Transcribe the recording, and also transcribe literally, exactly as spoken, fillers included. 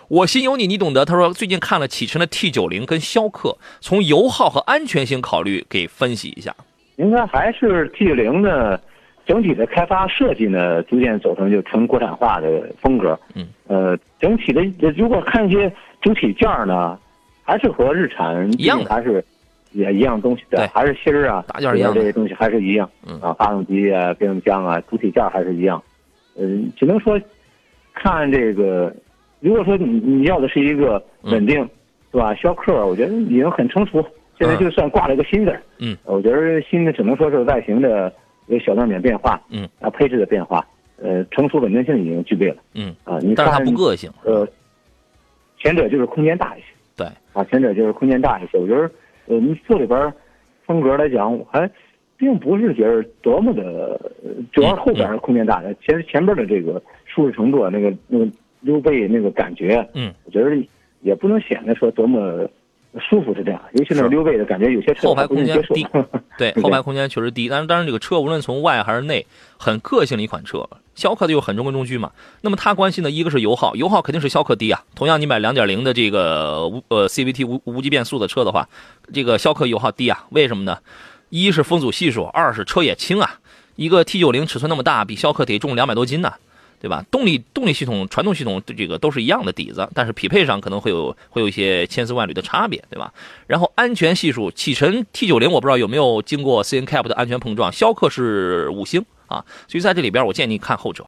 我心有你，你懂得。他说最近看了启辰的 T 九十 跟逍客，从油耗和安全性考虑给分析一下。 应该还是 T 九十 呢，整体的开发设计呢，逐渐走成就纯国产化的风格。 嗯， 呃，整体的如果看一些主体件呢，还是和日产一样的， 还是也一样东西的，还是芯儿啊， 大件一样这些东西还是一样。 嗯啊，发动机啊、变速箱啊，主体件还是一样。嗯、呃，只能说看这个。如果说你你要的是一个稳定，嗯、是吧？逍客我觉得已经很成熟，现在就算挂了一个新的， 嗯， 我觉得新的只能说是外形的一个小亮点变化， 嗯， 啊，配置的变化，呃，成熟稳定性已经具备了， 嗯， 啊，你看， 但是它不个性， 呃，前者就是空间大一些， 对， 啊，前者就是空间大一些，我觉得，呃，你坐里边风格来讲，我还并不是觉得多么的，主要是后边空间大的，前、嗯、前边的这个舒适程度，那个那个。溜背那个感觉， 嗯， 我觉得也不能显得说多么舒服是这样，尤其是溜背的感觉，有些车后排空间低，对， 对后排空间确实低。但是当然，这个车无论从外还是内，很个性的一款车。逍客的又很中规中矩嘛。那么它关心的一个是油耗，油耗肯定是逍客低啊。同样，你买 两点零 的这个无呃 C V T 无无级变速的车的话，这个逍客油耗低啊。为什么呢？一是风阻系数，二是车也轻啊。一个 T 九十 尺寸那么大，比逍客得重两百多斤呢、啊。对吧？动力动力系统、传动系统这个都是一样的底子，但是匹配上可能会有会有一些千丝万缕的差别，对吧？然后安全系数，启辰 T 九十 我不知道有没有经过 C N C A P 的安全碰撞，逍客是五星啊，所以在这里边我建议你看后者。